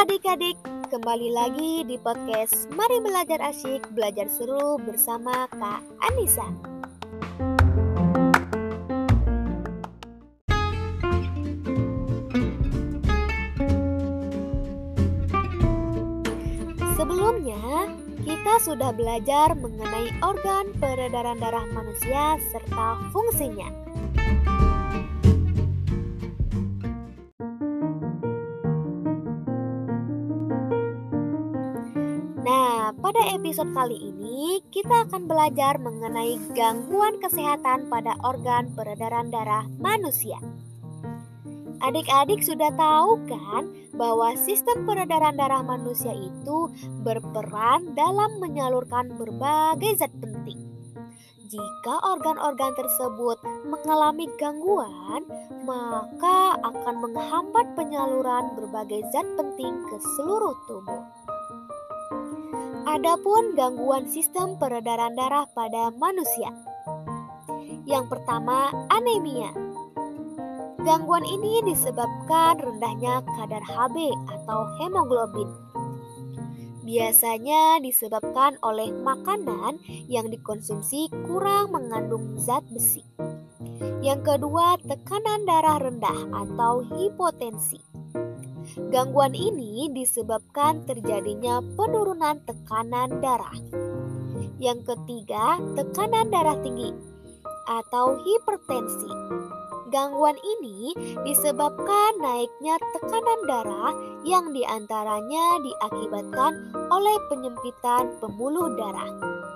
adik-adik, kembali lagi di podcast Mari Belajar Asyik, Belajar Seru bersama Kak Anissa. Sebelumnya, kita sudah belajar mengenai organ peredaran darah manusia serta fungsinya. Nah, pada episode kali ini kita akan belajar mengenai gangguan kesehatan pada organ peredaran darah manusia. Adik-adik sudah tahu kan bahwa sistem peredaran darah manusia itu berperan dalam menyalurkan berbagai zat penting. Jika organ-organ tersebut mengalami gangguan, maka akan menghambat penyaluran berbagai zat penting ke seluruh tubuh. Adapun gangguan sistem peredaran darah pada manusia. Yang pertama, anemia. Gangguan ini disebabkan rendahnya kadar Hb atau hemoglobin. Biasanya disebabkan oleh makanan yang dikonsumsi kurang mengandung zat besi. Yang kedua, tekanan darah rendah atau hipotensi. Gangguan ini disebabkan terjadinya penurunan tekanan darah. Yang ketiga, tekanan darah tinggi atau hipertensi. Gangguan ini disebabkan naiknya tekanan darah yang diantaranya diakibatkan oleh penyempitan pembuluh darah.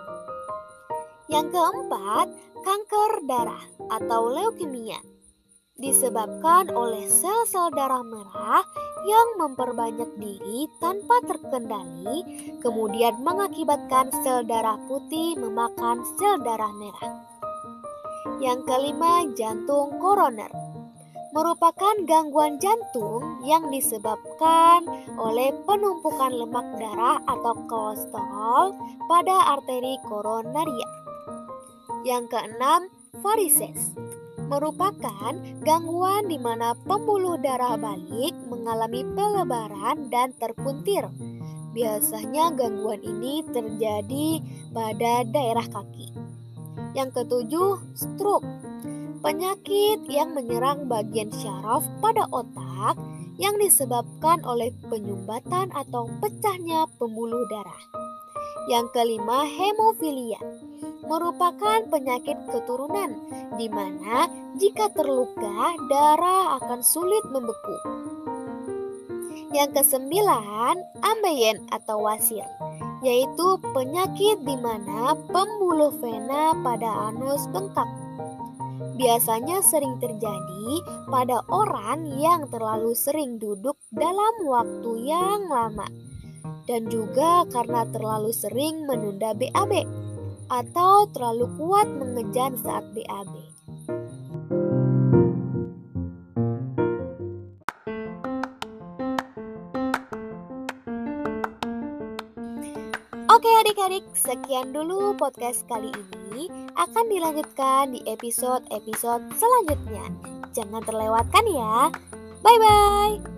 Yang keempat, kanker darah atau leukemia. Disebabkan oleh sel-sel darah merah yang memperbanyak diri tanpa terkendali, kemudian mengakibatkan sel darah putih memakan sel darah merah. Yang kelima, jantung koroner. Merupakan gangguan jantung yang disebabkan oleh penumpukan lemak darah atau kolesterol pada arteri koronaria. Yang keenam, varises. Merupakan gangguan di mana pembuluh darah balik mengalami pelebaran dan terpuntir. Biasanya gangguan ini terjadi pada daerah kaki. Yang ketujuh, stroke. Penyakit yang menyerang bagian syaraf pada otak yang disebabkan oleh penyumbatan atau pecahnya pembuluh darah. Yang kelima, hemofilia. Merupakan penyakit keturunan di mana jika terluka darah akan sulit membeku. Yang kesembilan, ambeien atau wasir, yaitu penyakit di mana pembuluh vena pada anus bengkak. Biasanya sering terjadi pada orang yang terlalu sering duduk dalam waktu yang lama dan juga karena terlalu sering menunda BAB atau terlalu kuat mengejan saat BAB. Oke adik-adik, sekian dulu podcast kali ini. Akan dilanjutkan di episode-episode selanjutnya. Jangan terlewatkan ya. Bye-bye.